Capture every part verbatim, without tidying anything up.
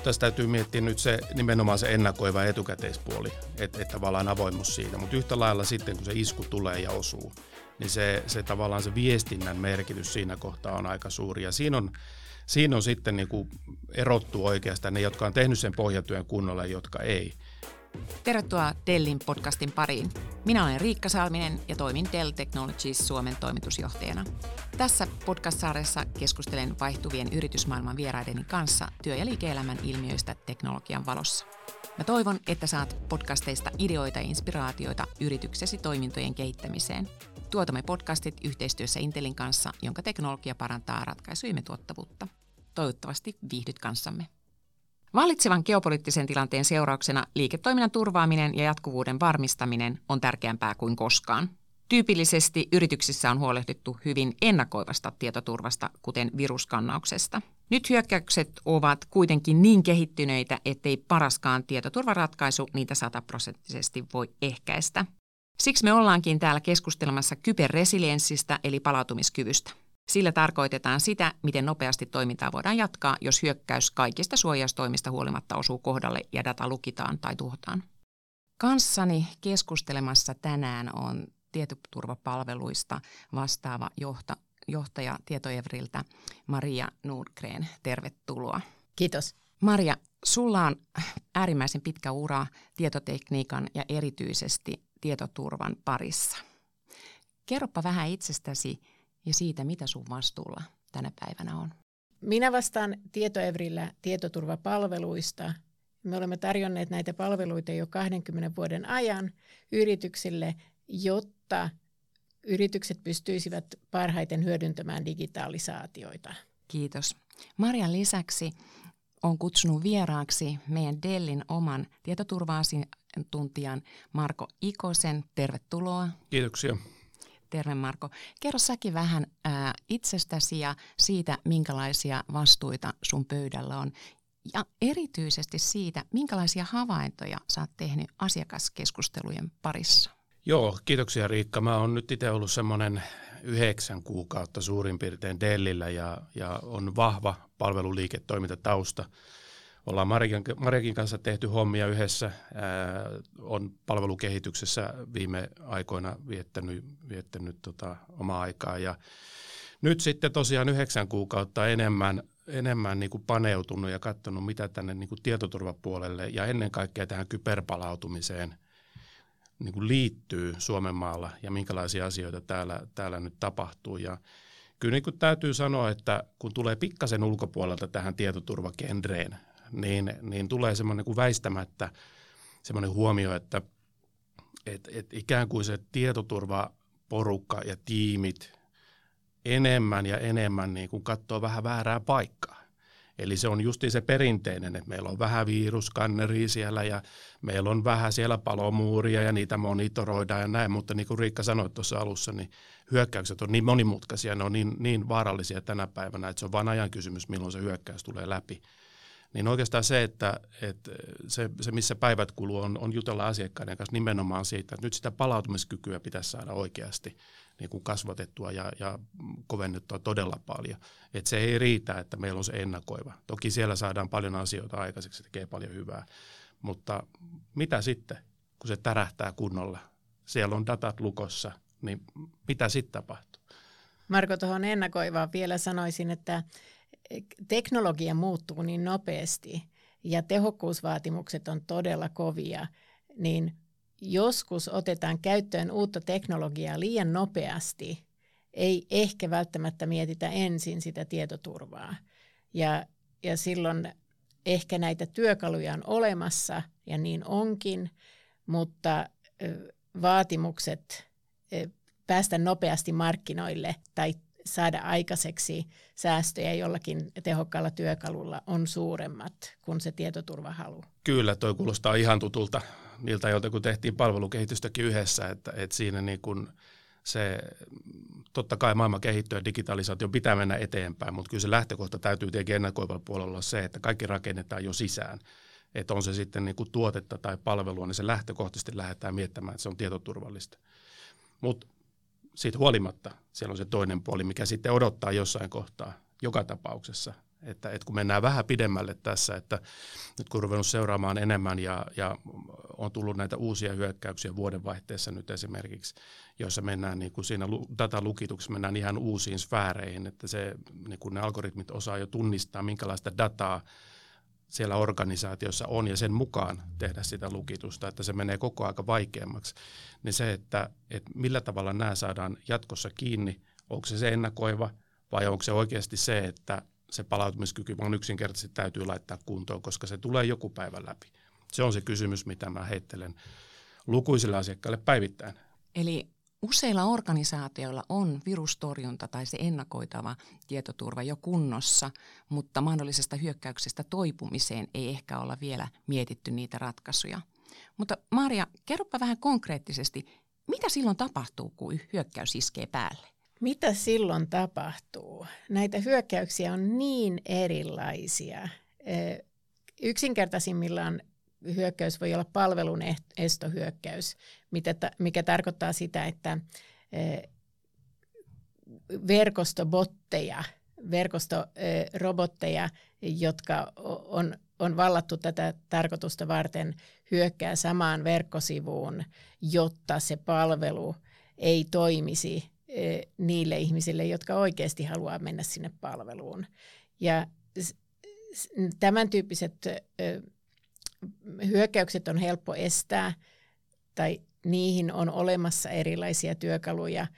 tässä täytyy miettiä nyt se nimenomaan se ennakoiva etukäteispuoli, että et tavallaan avoimuus siitä. Mutta yhtä lailla sitten, kun se isku tulee ja osuu, niin se, se tavallaan se viestinnän merkitys siinä kohtaa on aika suuri. Ja siinä on, siinä on sitten niin kuin erottu oikeastaan ne, jotka on tehnyt sen pohjatyön kunnolla ja jotka ei. Tervetuloa Dellin podcastin pariin. Minä olen Riikka Salminen ja toimin Dell Technologies Suomen toimitusjohtajana. Tässä podcast-sarjassa keskustelen vaihtuvien yritysmaailman vieraideni kanssa työ- ja liike-elämän ilmiöistä teknologian valossa. Mä toivon, että saat podcasteista ideoita ja inspiraatioita yrityksesi toimintojen kehittämiseen. Tuotamme podcastit yhteistyössä Intelin kanssa, jonka teknologia parantaa ratkaisujemme tuottavuutta. Toivottavasti viihdyt kanssamme. Vallitsevan geopoliittisen tilanteen seurauksena liiketoiminnan turvaaminen ja jatkuvuuden varmistaminen on tärkeämpää kuin koskaan. Tyypillisesti yrityksissä on huolehdittu hyvin ennakoivasta tietoturvasta, kuten viruskannauksesta. Nyt hyökkäykset ovat kuitenkin niin kehittyneitä, ettei paraskaan tietoturvaratkaisu niitä sataprosenttisesti voi ehkäistä. Siksi me ollaankin täällä keskustelemassa kyberresilienssistä eli palautumiskyvystä. Sillä tarkoitetaan sitä, miten nopeasti toimintaa voidaan jatkaa, jos hyökkäys kaikista suojaustoimista huolimatta osuu kohdalle ja data lukitaan tai tuhotaan. Kanssani keskustelemassa tänään on tietoturvapalveluista vastaava johta, johtaja Tietoevriltä Maria Nordgren. Tervetuloa. Kiitos. Maria, sulla on äärimmäisen pitkä ura tietotekniikan ja erityisesti tietoturvan parissa. Kerropa vähän itsestäsi ja siitä, mitä sun vastuulla tänä päivänä on. Minä vastaan Tietoevrillä tietoturvapalveluista. Me olemme tarjonneet näitä palveluita jo kahdenkymmenen vuoden ajan yrityksille, jotta yritykset pystyisivät parhaiten hyödyntämään digitalisaatioita. Kiitos. Marian lisäksi on kutsunut vieraaksi meidän Dellin oman tietoturva-asiantuntijan Marko Ikosen. Tervetuloa. Kiitoksia. Terve Marko. Kerro säkin vähän ää, itsestäsi ja siitä, minkälaisia vastuita sun pöydällä on. Ja erityisesti siitä, minkälaisia havaintoja sä oot tehnyt asiakaskeskustelujen parissa. Joo, kiitoksia Riikka. Mä oon nyt itse ollut semmoinen yhdeksän kuukautta suurin piirtein Dellillä ja, ja on vahva palveluliiketoimintatausta. Ollaan Mariakin kanssa tehty hommia yhdessä, ää, on palvelukehityksessä viime aikoina viettänyt, viettänyt tota, omaa aikaa ja nyt sitten tosiaan yhdeksän kuukautta enemmän, enemmän niin kuin paneutunut ja katsonut, mitä tänne niin kuin tietoturvapuolelle ja ennen kaikkea tähän kyberpalautumiseen niin kuin liittyy Suomen maalla ja minkälaisia asioita täällä, täällä nyt tapahtuu. Ja kyllä niin kuin täytyy sanoa, että kun tulee pikkasen ulkopuolelta tähän tietoturvagenreen, niin, niin tulee semmoinen kuin väistämättä semmoinen huomio, että et, et ikään kuin se tietoturvaporukka ja tiimit enemmän ja enemmän niin kuin katsoo vähän väärää paikkaa. Eli se on justiin se perinteinen, että meillä on vähän virusskanneria siellä ja meillä on vähän siellä palomuuria ja niitä monitoroidaan ja näin, mutta niin kuin Riikka sanoi tuossa alussa, niin hyökkäykset on niin monimutkaisia, ne on niin, niin vaarallisia tänä päivänä, että se on vain ajan kysymys, milloin se hyökkäys tulee läpi. Niin oikeastaan se, että, että se, se missä päivät kuluu, on, on jutella asiakkaiden kanssa nimenomaan siitä, että nyt sitä palautumiskykyä pitäisi saada oikeasti niin kuin kasvatettua ja, ja kovennettua todella paljon. Että se ei riitä, että meillä on se ennakoiva. Toki siellä saadaan paljon asioita aikaiseksi, tekee paljon hyvää. Mutta mitä sitten, kun se tärähtää kunnolla? Siellä on datat lukossa, niin mitä sitten tapahtuu? Marko, tuohon ennakoivaan vielä sanoisin, että teknologia muuttuu niin nopeasti ja tehokkuusvaatimukset on todella kovia, niin joskus otetaan käyttöön uutta teknologiaa liian nopeasti, ei ehkä välttämättä mietitä ensin sitä tietoturvaa. Ja, ja silloin ehkä näitä työkaluja on olemassa ja niin onkin, mutta vaatimukset päästä nopeasti markkinoille tai saada aikaiseksi säästöjä jollakin tehokkaalla työkalulla on suuremmat kuin se tietoturvahalu. Kyllä, toi kuulostaa ihan tutulta niiltä, joilta kun tehtiin palvelukehitystäkin yhdessä, että, että siinä niin kun se, totta kai maailman kehittyy ja digitalisaatio pitää mennä eteenpäin, mutta kyllä se lähtökohta täytyy tietenkin ennakoivalla puolella olla se, että kaikki rakennetaan jo sisään. Että on se sitten niin kuin tuotetta tai palvelua, niin se lähtökohtaisesti lähdetään miettimään, että se on tietoturvallista. Mutta siitä huolimatta siellä on se toinen puoli, mikä sitten odottaa jossain kohtaa joka tapauksessa. Että, että kun mennään vähän pidemmälle tässä, että nyt kun on ruvennut seuraamaan enemmän ja, ja on tullut näitä uusia hyökkäyksiä vuodenvaihteessa nyt esimerkiksi, joissa mennään niin kuin siinä datalukituksessa mennään ihan uusiin sfääreihin, että se, niin kuin ne algoritmit osaa jo tunnistaa, minkälaista dataa siellä organisaatiossa on ja sen mukaan tehdä sitä lukitusta, että se menee koko aika vaikeammaksi. Niin se, että, että millä tavalla nämä saadaan jatkossa kiinni, onko se se ennakoiva vai onko se oikeasti se, että se palautumiskyky vaan yksinkertaisesti täytyy laittaa kuntoon, koska se tulee joku päivä läpi. Se on se kysymys, mitä mä heittelen lukuisille asiakkaille päivittäin. Eli useilla organisaatioilla on virustorjunta tai se ennakoitava tietoturva jo kunnossa, mutta mahdollisesta hyökkäyksestä toipumiseen ei ehkä olla vielä mietitty niitä ratkaisuja. Mutta Maria, kerropa vähän konkreettisesti, mitä silloin tapahtuu, kun hyökkäys iskee päälle? Mitä silloin tapahtuu? Näitä hyökkäyksiä on niin erilaisia. Yksinkertaisimmillaan hyökkäys voi olla palvelun estohyökkäys, mikä tarkoittaa sitä, että verkostobotteja, verkostorobotteja, jotka on, on vallattu tätä tarkoitusta varten, hyökkää samaan verkkosivuun, jotta se palvelu ei toimisi niille ihmisille, jotka oikeasti haluaa mennä sinne palveluun. Ja tämän tyyppiset hyökkäykset on helppo estää, tai niihin on olemassa erilaisia työkaluja.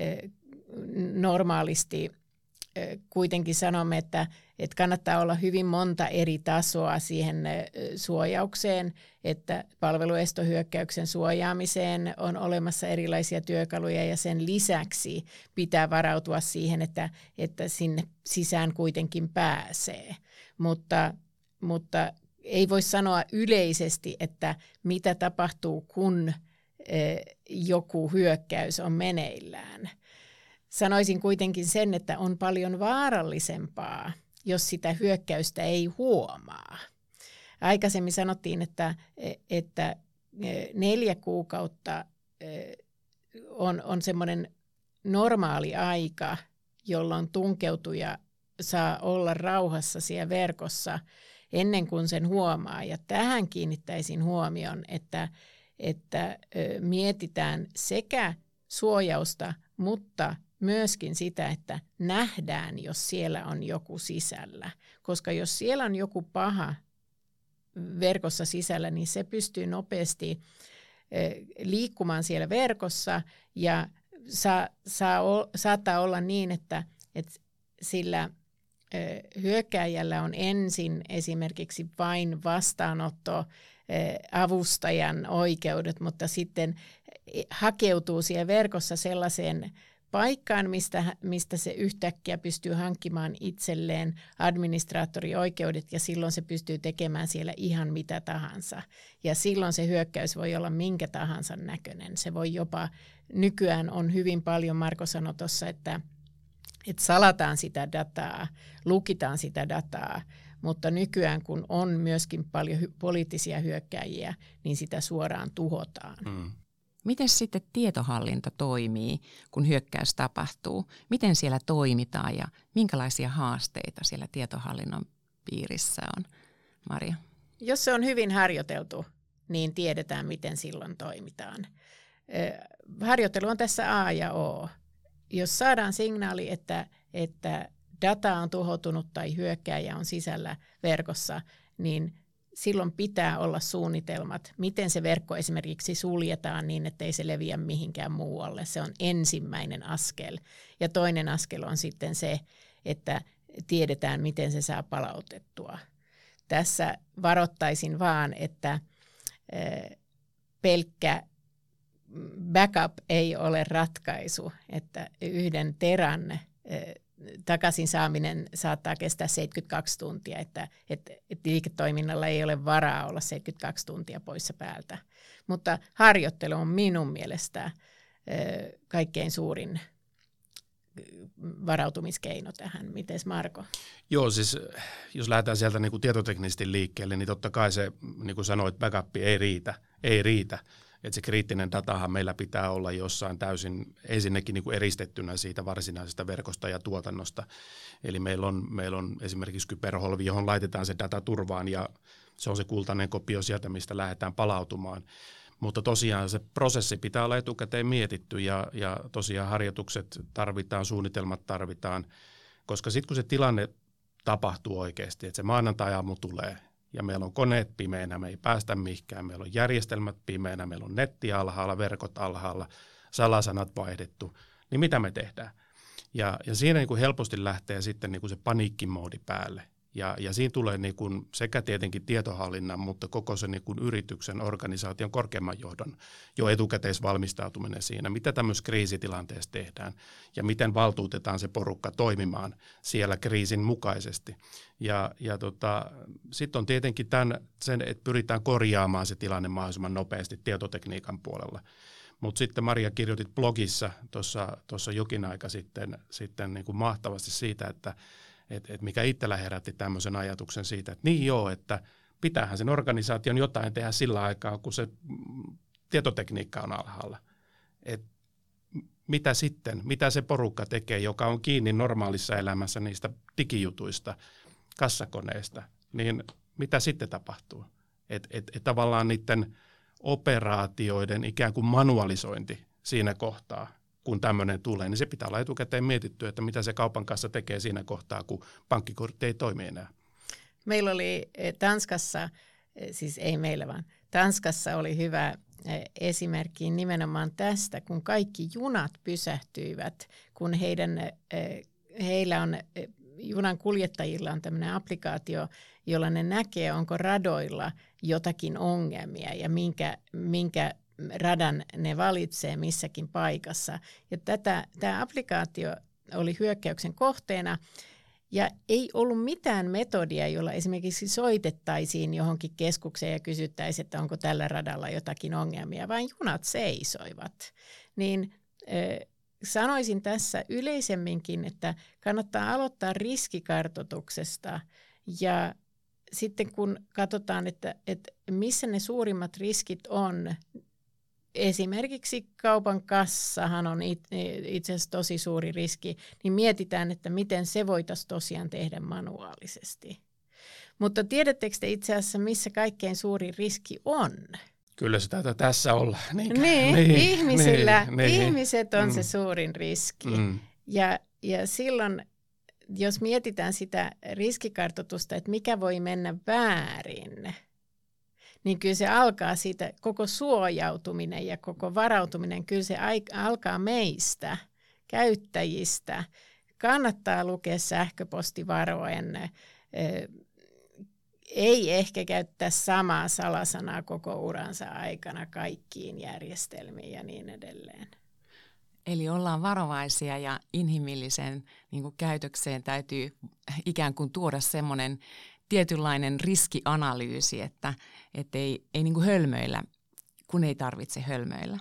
Normaalisti kuitenkin sanomme, että, että kannattaa olla hyvin monta eri tasoa siihen suojaukseen, että palveluestohyökkäyksen suojaamiseen on olemassa erilaisia työkaluja ja sen lisäksi pitää varautua siihen, että, että sinne sisään kuitenkin pääsee. Mutta, mutta ei voi sanoa yleisesti, että mitä tapahtuu, kun joku hyökkäys on meneillään. Sanoisin kuitenkin sen, että on paljon vaarallisempaa, jos sitä hyökkäystä ei huomaa. Aikaisemmin sanottiin, että, että neljä kuukautta on, on semmoinen normaali aika, jolloin tunkeutuja saa olla rauhassa siellä verkossa ennen kuin sen huomaa. Ja tähän kiinnittäisin huomion, että, että mietitään sekä suojausta, mutta myöskin sitä, että nähdään, jos siellä on joku sisällä. Koska jos siellä on joku paha verkossa sisällä, niin se pystyy nopeasti liikkumaan siellä verkossa ja saa, saa, saattaa olla niin, että, että sillä hyökkääjällä on ensin esimerkiksi vain vastaanotto avustajan oikeudet, mutta sitten hakeutuu siellä verkossa sellaiseen paikkaan, mistä, mistä se yhtäkkiä pystyy hankkimaan itselleen administraattorioikeudet ja silloin se pystyy tekemään siellä ihan mitä tahansa. Ja silloin se hyökkäys voi olla minkä tahansa näköinen. Se voi jopa, nykyään on hyvin paljon, Marko sanoi tuossa, että, että salataan sitä dataa, lukitaan sitä dataa, mutta nykyään kun on myöskin paljon hy- poliittisia hyökkääjiä, niin sitä suoraan tuhotaan. Mm. Miten sitten tietohallinto toimii, kun hyökkäys tapahtuu? Miten siellä toimitaan ja minkälaisia haasteita siellä tietohallinnon piirissä on? Maria? Jos se on hyvin harjoiteltu, niin tiedetään, miten silloin toimitaan. Harjoittelu on tässä A ja O. Jos saadaan signaali, että, että data on tuhoutunut tai hyökkääjä on sisällä verkossa, niin silloin pitää olla suunnitelmat, miten se verkko esimerkiksi suljetaan niin, ettei se leviä mihinkään muualle. Se on ensimmäinen askel. Ja toinen askel on sitten se, että tiedetään, miten se saa palautettua. Tässä varoittaisin vaan, että pelkkä backup ei ole ratkaisu, että yhden teran takaisin saaminen saattaa kestää seitsemänkymmentäkaksi tuntia, että, että, että liiketoiminnalla ei ole varaa olla seitsemänkymmentäkaksi tuntia poissa päältä. Mutta harjoittelu on minun mielestä kaikkein suurin varautumiskeino tähän. Mites Marko? Joo, siis jos lähdetään sieltä niin kuin tietoteknisesti liikkeelle, niin totta kai se, niin kuin sanoit, backup ei riitä. Ei riitä. että se kriittinen datahan meillä pitää olla jossain täysin ensinnäkin niin kuin eristettynä siitä varsinaisesta verkosta ja tuotannosta. Eli meillä on, meillä on esimerkiksi kyberholvi, johon laitetaan se data turvaan ja se on se kultainen kopio sieltä, mistä lähdetään palautumaan. Mutta tosiaan se prosessi pitää olla etukäteen mietitty ja, ja tosiaan harjoitukset tarvitaan, suunnitelmat tarvitaan, koska sitten kun se tilanne tapahtuu oikeasti, että se maanantai-aamu tulee ja meillä on koneet pimeänä, me ei päästä mihinkään, meillä on järjestelmät pimeänä, meillä on netti alhaalla, verkot alhaalla, salasanat vaihdettu, niin mitä me tehdään? Ja, ja siinä niin kuin helposti lähtee sitten niin kuin se paniikkimoodi päälle. Ja, ja siinä tulee niin kuin sekä tietenkin tietohallinnan, mutta koko sen niin kuin yrityksen, organisaation, korkeamman johdon jo etukäteisvalmistautuminen siinä, mitä tämmöisessä kriisitilanteessa tehdään ja miten valtuutetaan se porukka toimimaan siellä kriisin mukaisesti. Ja, ja tota, sitten on tietenkin tämän, sen, että pyritään korjaamaan se tilanne mahdollisimman nopeasti tietotekniikan puolella. Mutta sitten Maria kirjoitit blogissa tuossa jokin aika sitten, sitten niin kuin mahtavasti siitä, että Et, et mikä itsellä herätti tämmöisen ajatuksen siitä, että niin joo, että pitäähän sen organisaation jotain tehdä sillä aikaa, kun se tietotekniikka on alhaalla. Et mitä sitten, mitä se porukka tekee, joka on kiinni normaalissa elämässä niistä digijutuista, kassakoneista, niin mitä sitten tapahtuu? Että et, et tavallaan niiden operaatioiden ikään kuin manualisointi siinä kohtaa, kun tämmöinen tulee, niin se pitää olla etukäteen mietitty, että mitä se kaupan kanssa tekee siinä kohtaa, kun pankkikortti ei toimi enää. Meillä oli Tanskassa, siis ei meillä vaan, Tanskassa oli hyvä esimerkki nimenomaan tästä, kun kaikki junat pysähtyivät, kun heidän, heillä on, junan kuljettajilla on tämmöinen applikaatio, jolla ne näkee, onko radoilla jotakin ongelmia ja minkä, minkä radan ne valitsee missäkin paikassa. Ja tätä, tämä applikaatio oli hyökkäyksen kohteena ja ei ollut mitään metodia, jolla esimerkiksi soitettaisiin johonkin keskukseen ja kysyttäisiin, että onko tällä radalla jotakin ongelmia, vaan junat seisoivat. Niin äh, sanoisin tässä yleisemminkin, että kannattaa aloittaa riskikartoituksesta ja sitten kun katsotaan, että, että missä ne suurimmat riskit on, esimerkiksi kaupan kassahan on itse asiassa tosi suuri riski, niin mietitään, että miten se voitaisiin tosiaan tehdä manuaalisesti. Mutta tiedättekö te itse asiassa, missä kaikkein suurin riski on? Kyllä se taitaa tässä olla. Niin, niin, ihmisillä, niin, ihmiset on mm. se suurin riski. Mm. Ja, ja silloin, jos mietitään sitä riskikartoitusta, että mikä voi mennä väärin, niin kyllä se alkaa siitä koko suojautuminen ja koko varautuminen, kyllä se alkaa meistä, käyttäjistä. Kannattaa lukea sähköpostivaroen. Ei ehkä käyttää samaa salasanaa koko uransa aikana kaikkiin järjestelmiin ja niin edelleen. Eli ollaan varovaisia ja inhimilliseen niin kuin käytökseen täytyy ikään kuin tuoda semmoinen tietynlainen riskianalyysi, että et ei, ei niin kuin hölmöillä, kun ei tarvitse hölmöillä.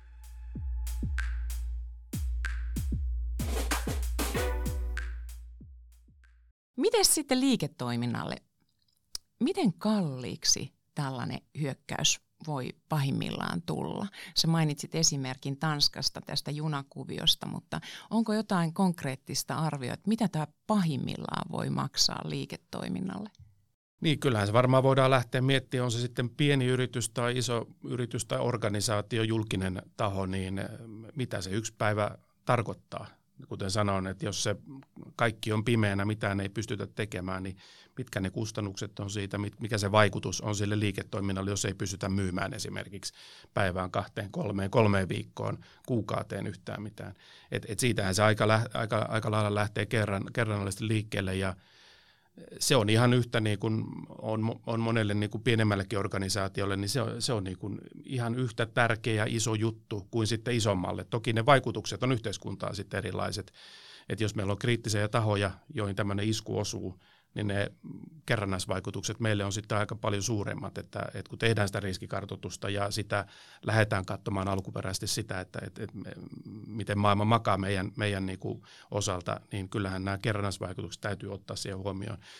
Miten sitten liiketoiminnalle? Miten kalliiksi tällainen hyökkäys voi pahimmillaan tulla? Sä mainitsit esimerkin Tanskasta tästä junakuviosta, mutta onko jotain konkreettista arvioa, että mitä tämä pahimmillaan voi maksaa liiketoiminnalle? Niin, kyllähän se varmaan voidaan lähteä miettimään, on se sitten pieni yritys tai iso yritys tai organisaatio, julkinen taho, niin mitä se yksi päivä tarkoittaa. Kuten sanoin, että jos se kaikki on pimeänä, mitään ei pystytä tekemään, niin mitkä ne kustannukset on siitä, mikä se vaikutus on sille liiketoiminnalle, jos ei pystytä myymään esimerkiksi päivään, kahteen, kolmeen, kolmeen viikkoon, kuukauteen yhtään mitään. Et, et siitähän se aika, aika, aika lailla lähtee kerran, kerrannallisesti liikkeelle ja se on ihan yhtä niin kuin on, on monelle niin kuin pienemmällekin organisaatiolle, niin se on, se on niin kuin ihan yhtä tärkeä ja iso juttu kuin sitten isommalle. Toki ne vaikutukset on yhteiskuntaan sitten erilaiset. Että jos meillä on kriittisiä tahoja, joihin tämmöinen isku osuu, niin ne kerrannaisvaikutukset meille on sitten aika paljon suuremmat, että, että kun tehdään sitä riskikartoitusta ja sitä lähdetään katsomaan alkuperäisesti sitä, että, että, että miten maailma makaa meidän, meidän niin kuin osalta, niin kyllähän nämä kerrannaisvaikutukset täytyy ottaa siihen huomioon.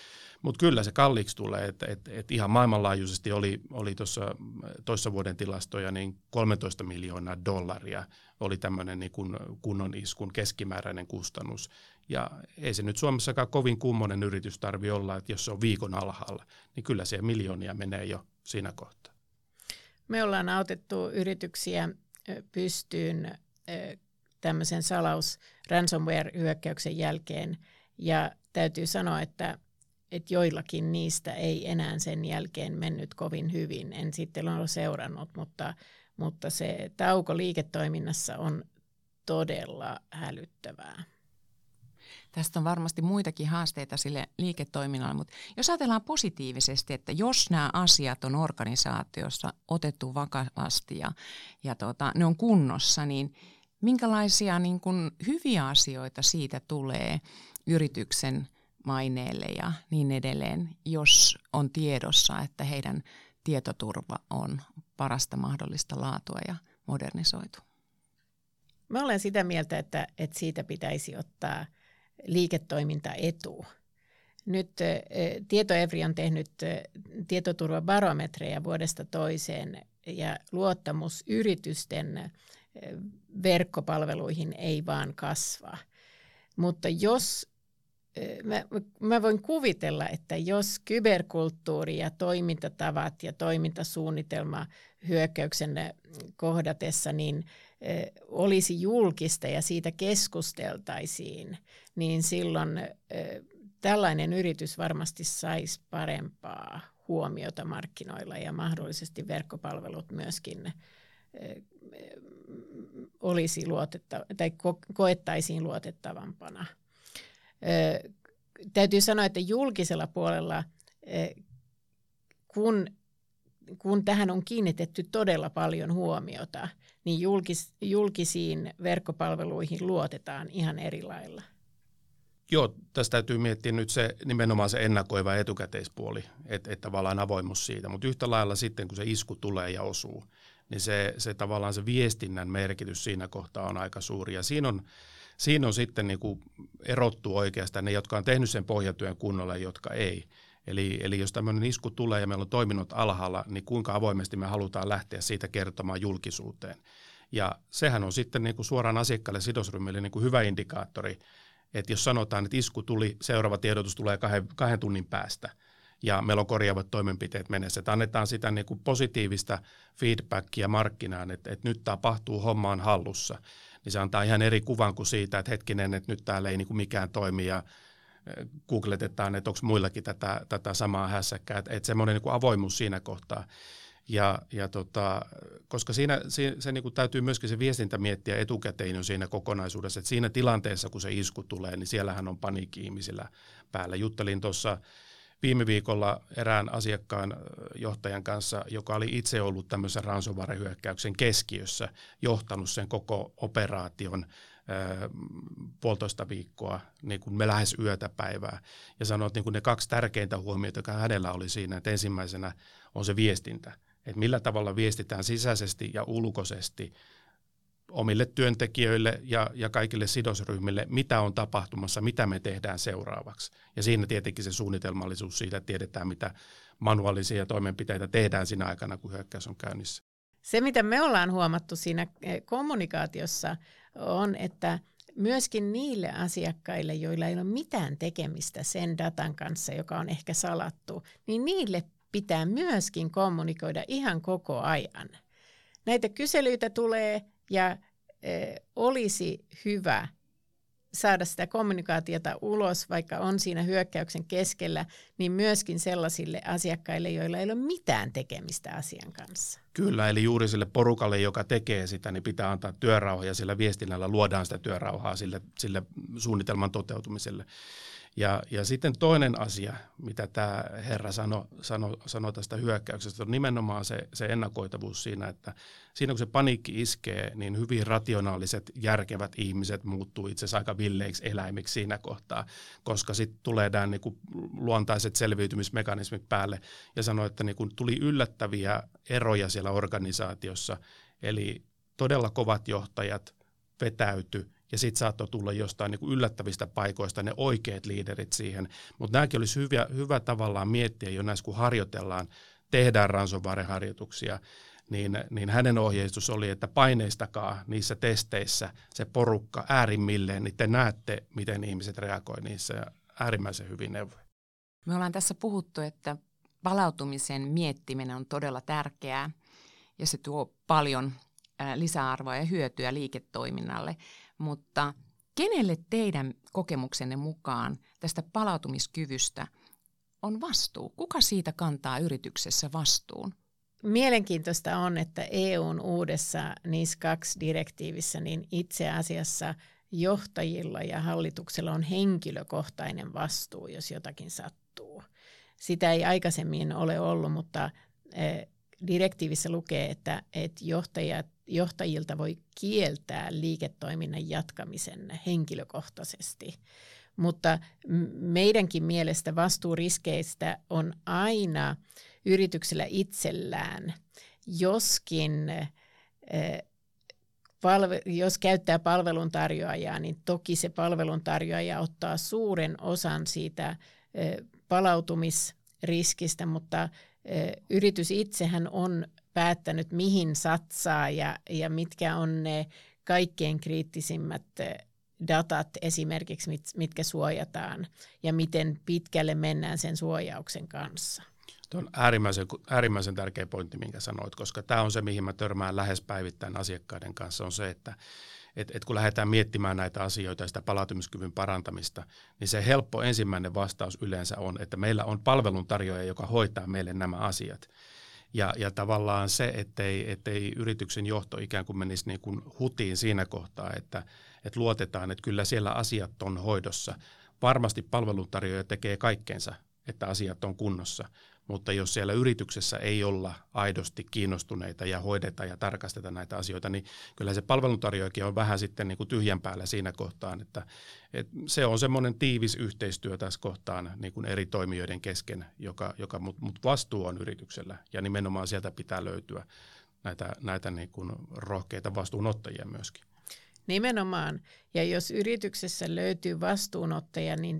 Mutta kyllä se kalliiksi tulee, että et, et ihan maailmanlaajuisesti oli, oli tuossa toissa vuoden tilastoja, niin kolmetoista miljoonaa dollaria oli tämmöinen niin kuin kunnon iskun keskimääräinen kustannus. Ja ei se nyt Suomessakaan kovin kummonen yritys tarvitse olla, että jos se on viikon alhaalla, niin kyllä siellä miljoonia menee jo siinä kohtaa. Me ollaan autettu yrityksiä pystyyn tämmöisen salaus ransomware-hyökkäyksen jälkeen, ja täytyy sanoa, että, että joillakin niistä ei enää sen jälkeen mennyt kovin hyvin. En sitten ole seurannut, mutta, mutta se tauko liiketoiminnassa on todella hälyttävää. Tästä on varmasti muitakin haasteita sille liiketoiminnalle, mutta jos ajatellaan positiivisesti, että jos nämä asiat on organisaatiossa otettu vakavasti ja, ja tota, ne on kunnossa, niin minkälaisia niin kun hyviä asioita siitä tulee yrityksen maineelle ja niin edelleen, jos on tiedossa, että heidän tietoturva on parasta mahdollista laatua ja modernisoitu? Mä olen sitä mieltä, että, että siitä pitäisi ottaa liiketoimintaetu. Nyt Tietoevry on tehnyt tietoturvabarometreja vuodesta toiseen, ja luottamus yritysten verkkopalveluihin ei vaan kasva. Mutta jos, mä, mä voin kuvitella, että jos kyberkulttuuri ja toimintatavat ja toimintasuunnitelma hyökkäyksen kohdatessa, niin olisi julkista ja siitä keskusteltaisiin, niin silloin tällainen yritys varmasti saisi parempaa huomiota markkinoilla ja mahdollisesti verkkopalvelut myöskin olisi luotetta, tai ko- koettaisiin luotettavampana. Ö, täytyy sanoa, että julkisella puolella, ö, kun, kun tähän on kiinnitetty todella paljon huomiota, niin julkis, julkisiin verkkopalveluihin luotetaan ihan eri lailla. Joo, tässä täytyy miettiä nyt se nimenomaan se ennakoiva etukäteispuoli, että et tavallaan avoimuus siitä, mutta yhtä lailla sitten kun se isku tulee ja osuu, niin se, se tavallaan se viestinnän merkitys siinä kohtaa on aika suuri. Ja siinä on, siinä on sitten niin kuin erottu oikeastaan ne, jotka on tehnyt sen pohjatyön kunnolla ja jotka ei. Eli, eli jos tämmöinen isku tulee ja meillä on toiminnot alhaalla, niin kuinka avoimesti me halutaan lähteä siitä kertomaan julkisuuteen. Ja sehän on sitten niin kuin suoraan asiakkaille sidosryhmille niin kuin hyvä indikaattori, että jos sanotaan, että isku tuli, seuraava tiedotus tulee kahden, kahden tunnin päästä, ja meillä on korjaavat toimenpiteet mennessä, että annetaan sitä niin kuin positiivista feedbackia markkinaan, että, että nyt tapahtuu hommaan hallussa, niin se antaa ihan eri kuvan kuin siitä, että hetkinen, että nyt täällä ei niin kuin mikään toimi ja googletetaan, että onko muillakin tätä, tätä samaa hässäkkää, että, että semmoinen niin kuin avoimuus siinä kohtaa. Ja, ja tota, koska siinä se, se niin kuin täytyy myöskin se viestintä miettiä etukäteen jo siinä kokonaisuudessa, että siinä tilanteessa, kun se isku tulee, niin siellähän on paniikki ihmisillä päällä. Juttelin tuossa viime viikolla erään asiakkaan johtajan kanssa, joka oli itse ollut tämmöisen ransomware-hyökkäyksen keskiössä, johtanut sen koko operaation ää, puolitoista viikkoa, niin kuin me lähes yötä päivää. Ja sanoi, että niin kuin ne kaksi tärkeintä huomiota, joka hänellä oli siinä, että ensimmäisenä on se viestintä, että millä tavalla viestitään sisäisesti ja ulkoisesti omille työntekijöille ja, ja kaikille sidosryhmille, mitä on tapahtumassa, mitä me tehdään seuraavaksi. Ja siinä tietenkin se suunnitelmallisuus siitä, että tiedetään, mitä manuaalisia toimenpiteitä tehdään siinä aikana, kun hyökkäys on käynnissä. Se, mitä me ollaan huomattu siinä kommunikaatiossa, on, että myöskin niille asiakkaille, joilla ei ole mitään tekemistä sen datan kanssa, joka on ehkä salattu, niin niille pitää myöskin kommunikoida ihan koko ajan. Näitä kyselyitä tulee ja e, olisi hyvä saada sitä kommunikaatiota ulos, vaikka on siinä hyökkäyksen keskellä, niin myöskin sellaisille asiakkaille, joilla ei ole mitään tekemistä asian kanssa. Kyllä, eli juuri sille porukalle, joka tekee sitä, niin pitää antaa työrauha ja sillä viestinnällä luodaan sitä työrauhaa sille, sille suunnitelman toteutumiselle. Ja, ja sitten toinen asia, mitä tämä herra sanoi sano, sano tästä hyökkäyksestä, on nimenomaan se, se ennakoitavuus siinä, että siinä kun se paniikki iskee, niin hyvin rationaaliset, järkevät ihmiset muuttuu itse asiassa aika villeiksi eläimiksi siinä kohtaa, koska sitten tulee nämä niin kuin luontaiset selviytymismekanismit päälle ja sanoi, että niin kuin tuli yllättäviä eroja siellä organisaatiossa, eli todella kovat johtajat vetäytyi ja sitten saattoi tulla jostain niin kuin yllättävistä paikoista ne oikeat liiderit siihen. Mutta nämäkin olisi hyvä, hyvä tavallaan miettiä jo näissä, kun harjoitellaan, tehdään ransomware-harjoituksia, niin, niin hänen ohjeistus oli, että paineistakaa niissä testeissä se porukka äärimmilleen, niin te näette, miten ihmiset reagoi niissä, ja äärimmäisen hyvin neuvoja. Me ollaan tässä puhuttu, että palautumisen miettiminen on todella tärkeää, ja se tuo paljon lisäarvoa ja hyötyä liiketoiminnalle, mutta kenelle teidän kokemuksenne mukaan tästä palautumiskyvystä on vastuu? Kuka siitä kantaa yrityksessä vastuun? Mielenkiintoista on, että E U:n uudessa N I S kaksi -direktiivissä niin itse asiassa johtajilla ja hallituksella on henkilökohtainen vastuu, jos jotakin sattuu. Sitä ei aikaisemmin ole ollut, mutta direktiivissä lukee, että, että johtajat, johtajilta voi kieltää liiketoiminnan jatkamisen henkilökohtaisesti. Mutta meidänkin mielestä vastuu riskeistä on aina yrityksellä itsellään, joskin palve, jos käyttää palveluntarjoajaa, niin toki se palveluntarjoaja ottaa suuren osan siitä palautumisriskistä, mutta yritys itsehän on päättänyt, mihin satsaa ja, ja mitkä on ne kaikkein kriittisimmät datat esimerkiksi, mit, mitkä suojataan ja miten pitkälle mennään sen suojauksen kanssa. Tuo on äärimmäisen, äärimmäisen tärkeä pointti, minkä sanoit, koska tämä on se, mihin mä törmään lähes päivittäin asiakkaiden kanssa, on se, että et, et kun lähdetään miettimään näitä asioita ja sitä palautumiskyvyn parantamista, niin se helppo ensimmäinen vastaus yleensä on, että meillä on palveluntarjoaja, joka hoitaa meille nämä asiat. Ja, ja tavallaan se, ettei, ettei yrityksen johto ikään kuin menisi niin kuin hutiin siinä kohtaa, että, että luotetaan, että kyllä siellä asiat on hoidossa. Varmasti palveluntarjoaja tekee kaikkensa, että asiat on kunnossa, mutta jos siellä yrityksessä ei olla aidosti kiinnostuneita ja hoideta ja tarkasteta näitä asioita, niin kyllä se palveluntarjoajakin on vähän sitten niin kuin tyhjän päällä siinä kohtaan, että, että se on semmoinen tiivis yhteistyö tässä kohtaan niin kuin eri toimijoiden kesken, joka, joka mut, mut vastuu on yrityksellä ja nimenomaan sieltä pitää löytyä näitä, näitä niin kuin rohkeita vastuunottajia myöskin. Nimenomaan, ja jos yrityksessä löytyy vastuunottaja, niin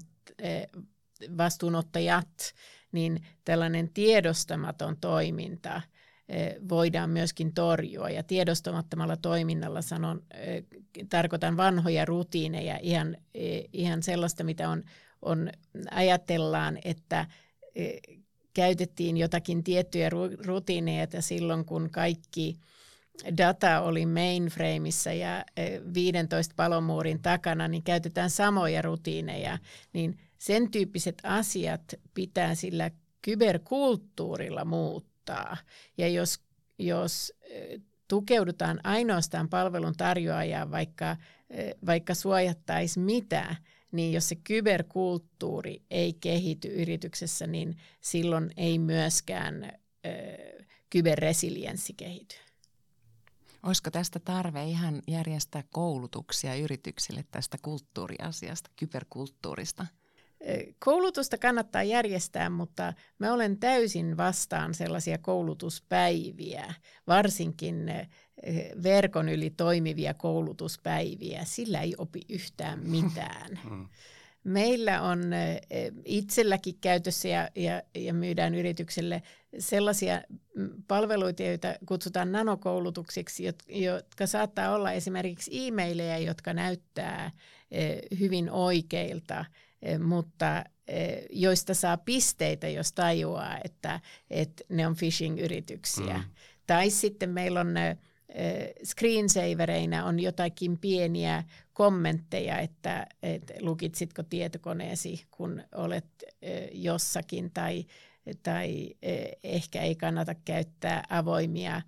vastuunottajat, niin tällainen tiedostamaton toiminta voidaan myöskin torjua. Ja tiedostamattomalla toiminnalla sanon, tarkoitan vanhoja rutiineja, ihan, ihan sellaista, mitä on, on, ajatellaan, että käytettiin jotakin tiettyjä rutiineja, ja silloin kun kaikki data oli mainframeissa ja viidentoista palomuurin takana, niin käytetään samoja rutiineja, niin sen tyyppiset asiat pitää sillä kyberkulttuurilla muuttaa. Ja jos, jos tukeudutaan ainoastaan palvelun tarjoajaan, vaikka, vaikka suojattaisiin mitä, niin jos se kyberkulttuuri ei kehity yrityksessä, niin silloin ei myöskään ö, kyberresilienssi kehity. Olisiko tästä tarve ihan järjestää koulutuksia yrityksille tästä kulttuuriasiasta, kyberkulttuurista? Koulutusta kannattaa järjestää, mutta mä olen täysin vastaan sellaisia koulutuspäiviä, varsinkin verkon yli toimivia koulutuspäiviä. Sillä ei opi yhtään mitään. Meillä on itselläkin käytössä ja, ja, ja myydään yritykselle sellaisia palveluita, joita kutsutaan nanokoulutuksiksi, jotka saattaa olla esimerkiksi e-maileja, jotka näyttää hyvin oikeilta, mutta joista saa pisteitä, jos tajuaa, että, että ne on phishing-yrityksiä. Mm. Tai sitten meillä on screensavereinä on jotakin pieniä kommentteja, että, että lukitsitko tietokoneesi, kun olet jossakin, tai, tai ehkä ei kannata käyttää avoimia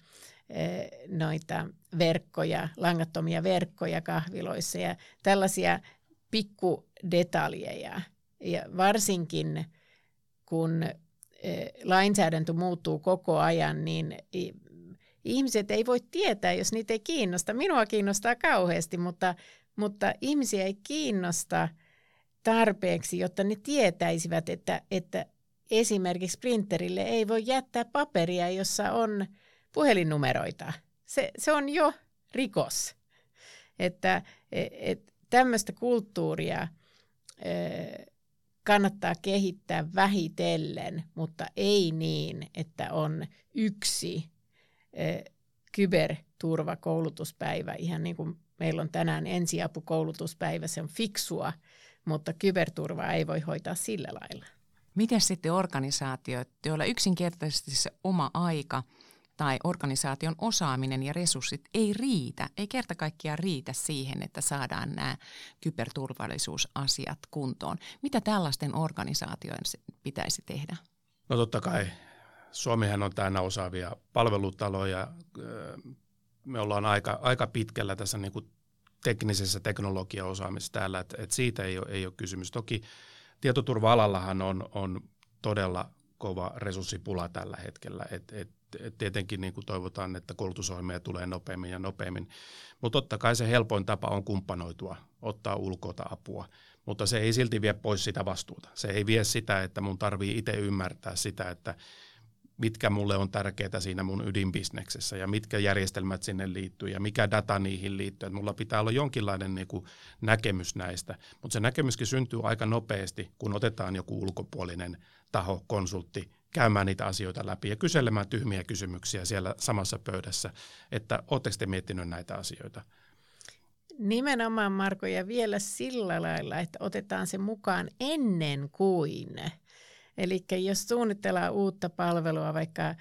noita verkkoja, langattomia verkkoja kahviloissa ja tällaisia pikkudetaljeja. Ja varsinkin kun lainsäädäntö muuttuu koko ajan, niin ihmiset ei voi tietää, jos niitä ei kiinnosta. Minua kiinnostaa kauheasti, mutta, mutta ihmisiä ei kiinnosta tarpeeksi, jotta ne tietäisivät, että, että esimerkiksi printerille ei voi jättää paperia, jossa on puhelinnumeroita. Se, se on jo rikos. Että, et, tämmöistä kulttuuria kannattaa kehittää vähitellen, mutta ei niin, että on yksi kyberturvakoulutuspäivä, ihan niin kuin meillä on tänään ensiapukoulutuspäivä, se on fiksua, mutta kyberturvaa ei voi hoitaa sillä lailla. Miten sitten organisaatiot, joilla yksinkertaisesti se oma aika tai organisaation osaaminen ja resurssit ei riitä, ei kerta kaikkiaan riitä siihen, että saadaan nämä kyberturvallisuusasiat kuntoon. Mitä tällaisten organisaatioiden pitäisi tehdä? No totta kai. Suomihan on täynnä osaavia palvelutaloja. Me ollaan aika, aika pitkällä tässä niin kuin teknisessä teknologiaosaamisessa täällä, että, että siitä ei ole, ei ole kysymys. Toki tietoturva-alallahan on, on todella kova resurssipula tällä hetkellä, että et, et tietenkin niin kuin toivotaan, että koulutusohjelmia tulee nopeammin ja nopeammin, mutta totta kai se helpoin tapa on kumppanoitua, ottaa ulkoota apua, mutta se ei silti vie pois sitä vastuuta. Se ei vie sitä, että mun tarvii itse ymmärtää sitä, että mitkä mulle on tärkeää siinä mun ydinbisneksessä ja mitkä järjestelmät sinne liittyy ja mikä data niihin liittyy. Että mulla pitää olla jonkinlainen niin kuin näkemys näistä, mutta se näkemyskin syntyy aika nopeasti, kun otetaan joku ulkopuolinen taho, konsultti, käymään niitä asioita läpi ja kyselemään tyhmiä kysymyksiä siellä samassa pöydässä, että ootteko te miettinyt näitä asioita? Nimenomaan, Marko, ja vielä sillä lailla, että otetaan se mukaan ennen kuin. Eli jos suunnitellaan uutta palvelua vaikka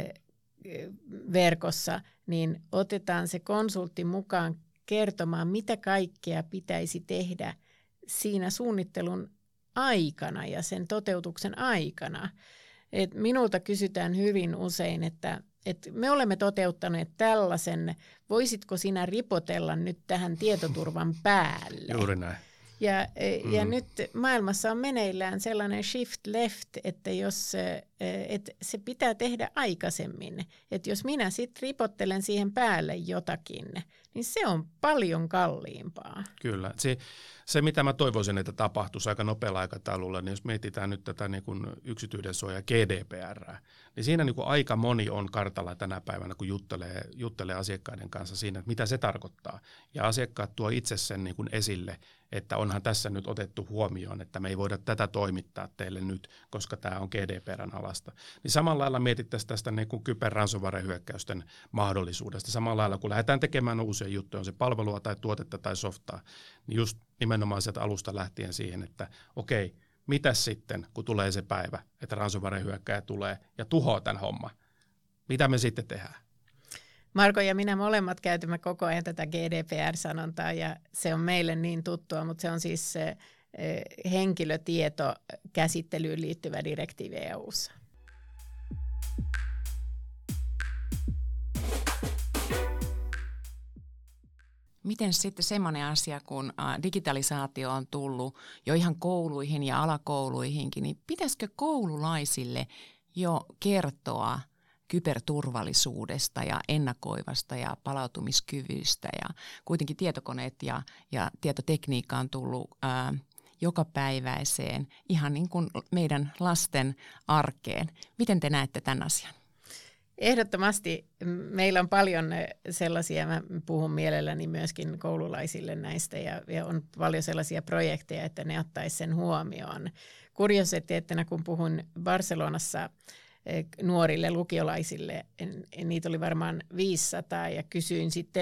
verkossa, niin otetaan se konsultti mukaan kertomaan, mitä kaikkea pitäisi tehdä siinä suunnittelun aikana ja sen toteutuksen aikana. Et minulta kysytään hyvin usein, että, että me olemme toteuttaneet tällaisen, voisitko sinä ripotella nyt tähän tietoturvan päälle? Juuri näin. Ja, ja mm. nyt maailmassa on meneillään sellainen shift left, että jos, että se pitää tehdä aikaisemmin. Että jos minä sitten ripottelen siihen päälle jotakin, niin se on paljon kalliimpaa. Kyllä. Se, se mitä mä toivoisin, että tapahtuisi aika nopealla aikataululla, niin jos mietitään nyt tätä niin kuin yksityisyydensuoja G D P R, niin siinä niin kuin aika moni on kartalla tänä päivänä, kun juttelee, juttelee asiakkaiden kanssa siinä, että mitä se tarkoittaa. Ja asiakkaat tuo itse sen niin kuin esille, että onhan tässä nyt otettu huomioon, että me ei voida tätä toimittaa teille nyt, koska tämä on G D P R:n alasta. Niin samalla lailla mietittäisiin tästä niin kuin kyber-ransomware-hyökkäysten mahdollisuudesta. Samalla lailla, kun lähdetään tekemään uusia juttuja, on se palvelua tai tuotetta tai softaa, niin just nimenomaan sieltä alusta lähtien siihen, että okei, mitäs sitten, kun tulee se päivä, että ransomware-hyökkäjä tulee ja tuhoaa tämän homman. Mitä me sitten tehdään? Marko ja minä molemmat käytämme koko ajan tätä G D P R-sanontaa ja se on meille niin tuttua, mutta se on siis se henkilötietokäsittelyyn liittyvä direktiivi E U:ssa. Miten sitten semmoinen asia, kun digitalisaatio on tullut jo ihan kouluihin ja alakouluihinkin, niin pitäisikö koululaisille jo kertoa kyberturvallisuudesta ja ennakoivasta ja palautumiskyvystä ja kuitenkin tietokoneet ja, ja tietotekniikka on tullut ää, jokapäiväiseen ihan niin kuin meidän lasten arkeen. Miten te näette tämän asian? Ehdottomasti meillä on paljon sellaisia, mä puhun mielelläni myöskin koululaisille näistä ja, ja on paljon sellaisia projekteja, että ne ottaisi sen huomioon. Kuriositeettina, kun puhun Barcelonassa nuorille lukiolaisille, niitä oli varmaan viisisataa ja kysyin sitten,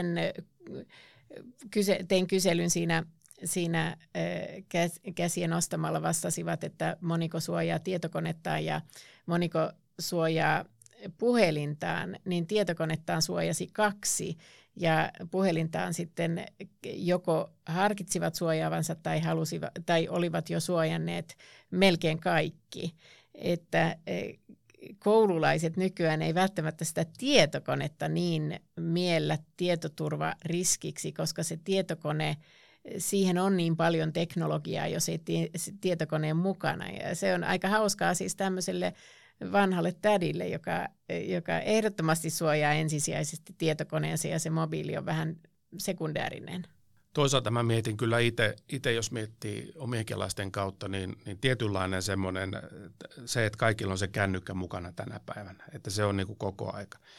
tein kyselyn siinä, siinä käsiä nostamalla vastasivat, että moniko suojaa tietokonettaan ja moniko suojaa puhelintaan, niin tietokonettaan suojasi kaksi ja puhelintaan sitten joko harkitsivat suojaavansa tai, halusivat, tai olivat jo suojanneet melkein kaikki, että koululaiset nykyään ei välttämättä sitä tietokonetta niin miellä tietoturvariskiksi, koska se tietokone, siihen on niin paljon teknologiaa, jos ei tietokoneen mukana. Ja se on aika hauskaa siis tämmöiselle vanhalle tädille, joka, joka ehdottomasti suojaa ensisijaisesti tietokoneensa ja se mobiili on vähän sekundäärinen. Toisaalta mä mietin kyllä itse, jos miettii omienkin lasten kautta, niin, niin tietynlainen semmoinen, se, että kaikilla on se kännykkä mukana tänä päivänä, että se on niin kuin koko aika.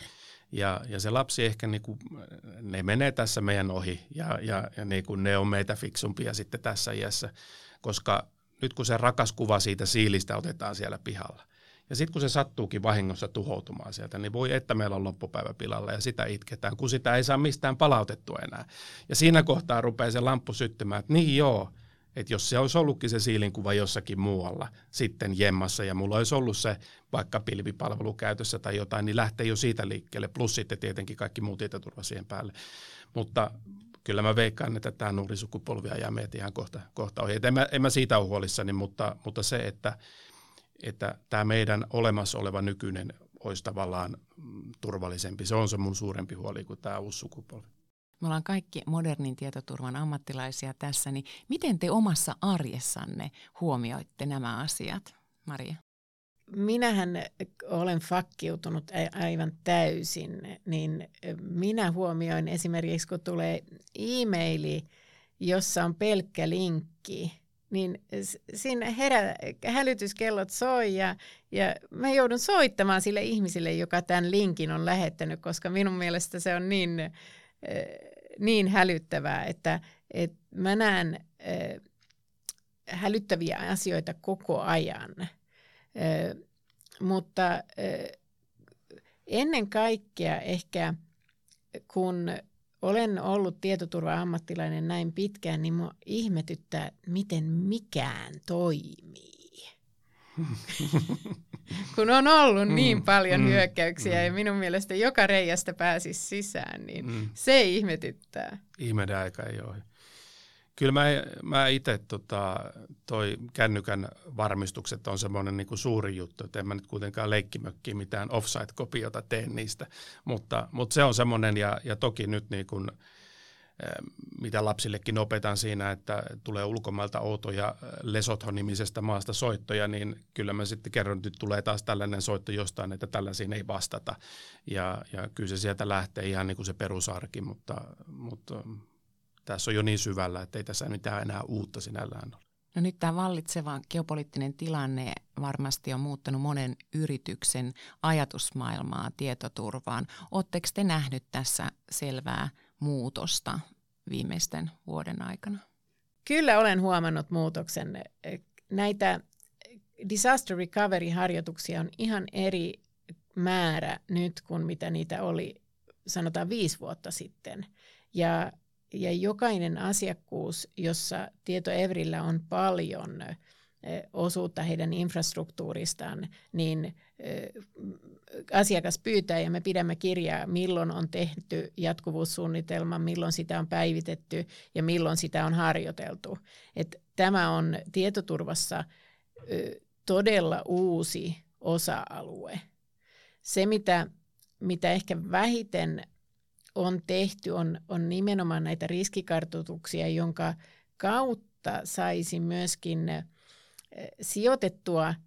Ja, ja se lapsi ehkä, niin kuin, ne menee tässä meidän ohi ja, ja, ja niin kuin ne on meitä fiksumpia sitten tässä iässä, koska nyt kun se rakas kuva siitä siilistä otetaan siellä pihalla, ja sitten kun se sattuukin vahingossa tuhoutumaan sieltä, niin voi että meillä on loppupäivä pilalla ja sitä itketään, kun sitä ei saa mistään palautettua enää. Ja siinä kohtaa rupeaa se lamppu syttymään, että niin joo, että jos se olisi ollutkin se siilinkuva jossakin muualla sitten jemmassa ja mulla olisi ollut se vaikka pilvipalvelu käytössä tai jotain, niin lähtee jo siitä liikkeelle, plus sitten tietenkin kaikki muu tietoturva siihen päälle. Mutta kyllä mä veikkaan, että tämä nuori sukupolvi ajaa meitä ihan kohta, kohta ohi. En mä, en mä siitä ole huolissani, mutta, mutta se, että että tämä meidän olemassa oleva nykyinen olisi tavallaan turvallisempi. Se on se mun suurempi huoli kuin tämä uusi sukupolvi. Me ollaan kaikki modernin tietoturvan ammattilaisia tässä, niin miten te omassa arjessanne huomioitte nämä asiat, Maria? Minähän olen fakkiutunut aivan täysin, niin minä huomioin esimerkiksi, kun tulee e-maili, jossa on pelkkä linkki, niin siinä herä, hälytyskellot soi ja, ja mä joudun soittamaan sille ihmiselle, joka tämän linkin on lähettänyt, koska minun mielestä se on niin, niin hälyttävää, että, että mä näen hälyttäviä asioita koko ajan. Mutta ennen kaikkea ehkä kun olen ollut tietoturva-ammattilainen näin pitkään, niin minua ihmetyttää, miten mikään toimii. Kun on ollut niin paljon mm, hyökkäyksiä mm, ja minun mielestä joka reiästä pääsisi sisään, niin mm. se ihmetyttää. Ihmeiden aika ei ole. Kyllä mä, mä itse tota, toi kännykän varmistukset on semmoinen niinku suuri juttu, että en mä nyt kuitenkaan leikkimökkiä mitään offsite-kopiota tee niistä, mutta, mutta se on semmoinen ja, ja toki nyt niin kuin, mitä lapsillekin opetan siinä, että tulee ulkomailta outoja Lesotho-nimisestä maasta soittoja, niin kyllä mä sitten kerron, että nyt tulee taas tällainen soitto jostain, että tällaisiin ei vastata ja, ja kyllä se sieltä lähtee ihan niin kuin se perusarki, mutta, mutta tässä on jo niin syvällä, että ei tässä mitään enää uutta sinällään ole. No nyt tämä vallitseva geopoliittinen tilanne varmasti on muuttanut monen yrityksen ajatusmaailmaa tietoturvaan. Oletteko te nähnyt tässä selvää muutosta viimeisten vuoden aikana? Kyllä olen huomannut muutoksen. Näitä disaster recovery-harjoituksia on ihan eri määrä nyt kuin mitä niitä oli sanotaan viisi vuotta sitten. Ja Ja jokainen asiakkuus, jossa TietoEvrillä on paljon osuutta heidän infrastruktuuristaan, niin asiakas pyytää ja me pidämme kirjaa, milloin on tehty jatkuvuussuunnitelma, milloin sitä on päivitetty ja milloin sitä on harjoiteltu. Et tämä on tietoturvassa todella uusi osa-alue. Se, mitä, mitä ehkä vähiten on tehty, on, on nimenomaan näitä riskikartoituksia, jonka kautta saisi myöskin sijoitettua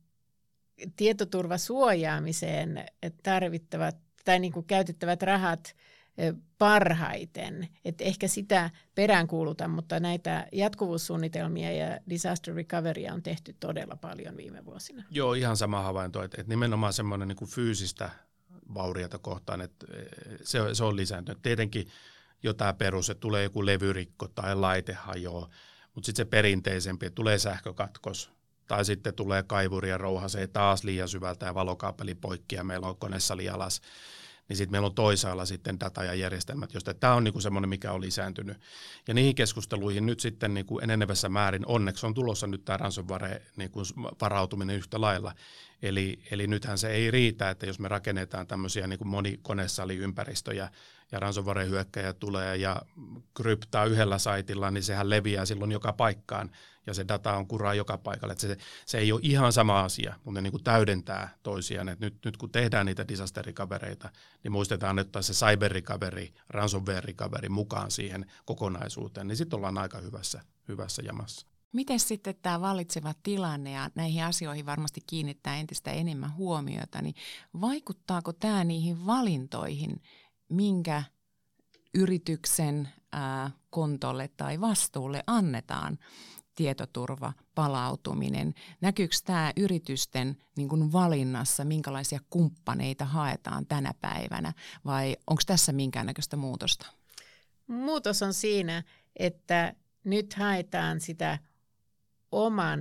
tietoturvasuojaamiseen tarvittavat tai niin kuin käytettävät rahat parhaiten. Et ehkä sitä peräänkuulutan, mutta näitä jatkuvuussuunnitelmia ja disaster recoverya on tehty todella paljon viime vuosina. Joo, ihan sama havainto, että, että nimenomaan semmoinen niin kuin fyysistä vauriota kohtaan, että se, se on lisääntynyt. Tietenkin jotain perus, että tulee joku levyrikko tai laite hajoaa, mutta sitten se perinteisempi, että tulee sähkökatkos tai sitten tulee kaivuri ja rouhasee taas liian syvältä ja valokaapeli poikki ja meillä on konesali alas, niin sitten meillä on toisaalla sitten data ja järjestelmät, josta tämä on niinku semmoinen, mikä on lisääntynyt. Ja niihin keskusteluihin nyt sitten niinku enenevässä määrin onneksi on tulossa nyt tämä ransomware niinku varautuminen yhtä lailla. Eli, eli nythän se ei riitä, että jos me rakennetaan tämmöisiä niin kuin monikonesalliympäristöjä ja ransomware-hyökkäjä tulee ja kryptaa yhdellä saitilla, niin sehän leviää silloin joka paikkaan ja se data on kuraa joka paikalle. Että se, se ei ole ihan sama asia, mutta ne niin kuin täydentää toisiaan. Et nyt, nyt kun tehdään niitä disaster recoveryita, niin muistetaan ottaa se cyber recovery, ransomware recovery mukaan siihen kokonaisuuteen, niin sitten ollaan aika hyvässä, hyvässä jamassa. Miten sitten tämä vallitseva tilanne ja näihin asioihin varmasti kiinnittää entistä enemmän huomiota, niin vaikuttaako tämä niihin valintoihin, minkä yrityksen ää, kontolle tai vastuulle annetaan tietoturva, palautuminen. Näkyykö tämä yritysten niin kuin valinnassa, minkälaisia kumppaneita haetaan tänä päivänä vai onko tässä minkäännäköistä muutosta? Muutos on siinä, että nyt haetaan sitä oman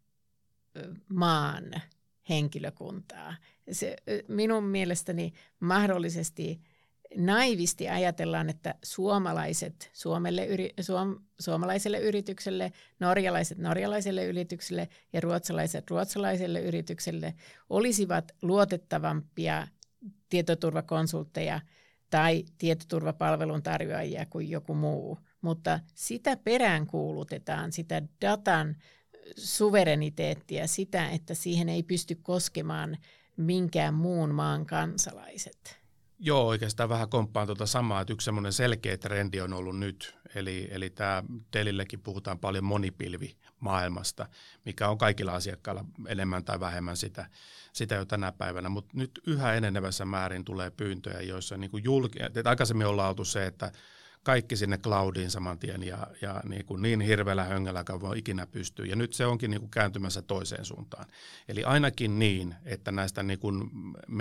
maan henkilökuntaa. Se, minun mielestäni mahdollisesti naivisti ajatellaan, että suomalaiset Suomelle, suom, suomalaiselle yritykselle, norjalaiset norjalaiselle yritykselle ja ruotsalaiset ruotsalaiselle yritykselle olisivat luotettavampia tietoturvakonsultteja tai tietoturvapalvelun tarjoajia kuin joku muu. Mutta sitä peräänkuulutetaan, sitä datan suvereniteettia, sitä, että siihen ei pysty koskemaan minkään muun maan kansalaiset. Joo, oikeastaan vähän komppaan tuota samaa, että yksi semmoinen selkeä trendi on ollut nyt, eli, eli tämä Dellillekin puhutaan paljon monipilvimaailmasta, mikä on kaikilla asiakkailla enemmän tai vähemmän sitä, sitä jo tänä päivänä, mutta nyt yhä enenevässä määrin tulee pyyntöjä, joissa niin kuin julki, että aikaisemmin ollaan oltu se, että kaikki sinne cloudiin saman tien ja, ja niin, kuin niin hirveällä höngällä kuin voi ikinä pystyy. Ja nyt se onkin niin kuin kääntymässä toiseen suuntaan. Eli ainakin niin, että näistä niin kuin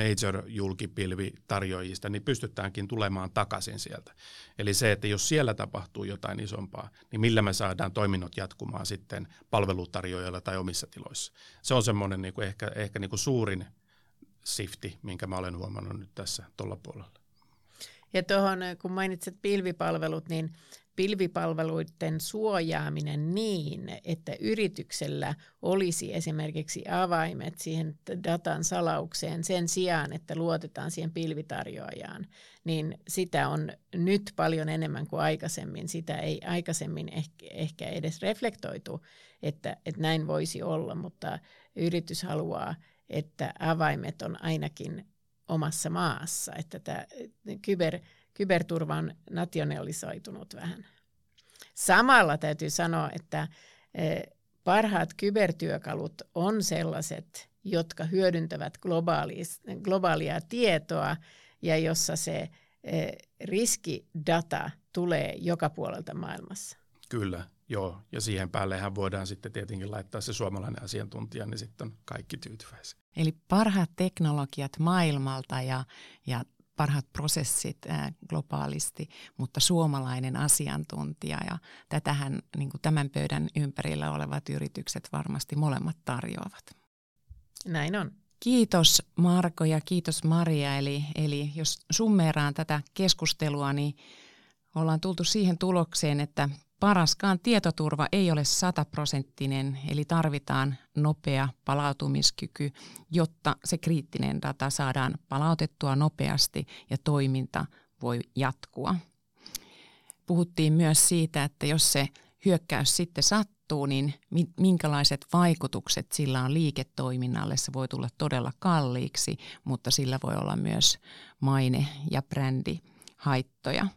major-julkipilvitarjoajista niin pystytäänkin tulemaan takaisin sieltä. Eli se, että jos siellä tapahtuu jotain isompaa, niin millä me saadaan toiminnot jatkumaan sitten palvelutarjoajilla tai omissa tiloissa. Se on semmoinen niin kuin ehkä, ehkä niin kuin suurin shifti, minkä mä olen huomannut nyt tässä tuolla puolella. Ja tuohon, kun mainitset pilvipalvelut, niin pilvipalveluiden suojaaminen niin, että yrityksellä olisi esimerkiksi avaimet siihen datan salaukseen sen sijaan, että luotetaan siihen pilvitarjoajaan, niin sitä on nyt paljon enemmän kuin aikaisemmin. Sitä ei aikaisemmin ehkä, ehkä edes reflektoitu, että, että näin voisi olla, mutta yritys haluaa, että avaimet on ainakin omassa maassa, että tämä kyber, kyberturva on nationalisoitunut vähän. Samalla täytyy sanoa, että parhaat kybertyökalut on sellaiset, jotka hyödyntävät globaalia tietoa ja jossa se riskidata tulee joka puolelta maailmassa. Kyllä, joo. Ja siihen päällehän voidaan sitten tietenkin laittaa se suomalainen asiantuntija, niin sitten on kaikki tyytyväisiä. Eli parhaat teknologiat maailmalta ja, ja parhaat prosessit ää, globaalisti, mutta suomalainen asiantuntija. Ja tätähän niin kuin tämän pöydän ympärillä olevat yritykset varmasti molemmat tarjoavat. Näin on. Kiitos Marko ja kiitos Maria. Eli, eli jos summeeraan tätä keskustelua, niin ollaan tultu siihen tulokseen, että paraskaan tietoturva ei ole sataprosenttinen, eli tarvitaan nopea palautumiskyky, jotta se kriittinen data saadaan palautettua nopeasti ja toiminta voi jatkua. Puhuttiin myös siitä, että jos se hyökkäys sitten sattuu, niin minkälaiset vaikutukset sillä on liiketoiminnalle. Se voi tulla todella kalliiksi, mutta sillä voi olla myös maine- ja brändihaittoja.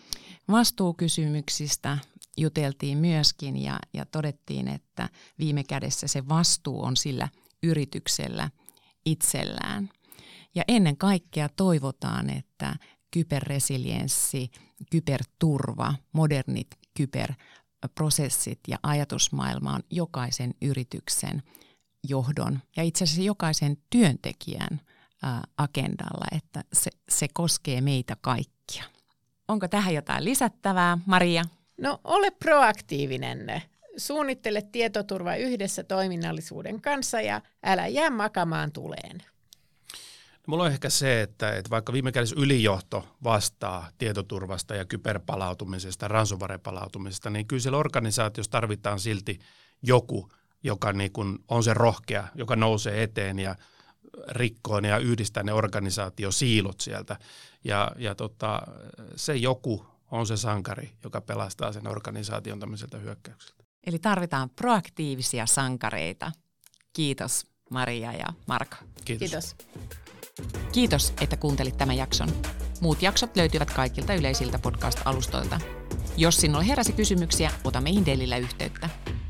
Vastuukysymyksistä juteltiin myöskin ja, ja todettiin, että viime kädessä se vastuu on sillä yrityksellä itsellään. Ja ennen kaikkea toivotaan, että kyberresilienssi, kyberturva, modernit kyberprosessit ja ajatusmaailma on jokaisen yrityksen johdon ja itse asiassa jokaisen työntekijän ää, agendalla, että se, se koskee meitä kaikkia. Onko tähän jotain lisättävää, Maria? No ole proaktiivinen. Suunnittele tietoturva yhdessä toiminnallisuuden kanssa ja älä jää makamaan tuleen. No, mulla on ehkä se, että, että vaikka viime kädessä ylijohto vastaa tietoturvasta ja kyberpalautumisesta, ransomware-palautumisesta, niin kyllä siellä organisaatiossa tarvitaan silti joku, joka niin kuin on se rohkea, joka nousee eteen ja rikkoo ja yhdistää ne organisaatiosiilot sieltä. Ja, ja tota, se joku on se sankari, joka pelastaa sen organisaation tämmöiseltä hyökkäykseltä. Eli tarvitaan proaktiivisia sankareita. Kiitos Maria ja Marko. Kiitos. Kiitos. Kiitos, että kuuntelit tämän jakson. Muut jaksot löytyvät kaikilta yleisiltä podcast-alustoilta. Jos sinulle heräsi kysymyksiä, ota meihin Dellillä yhteyttä.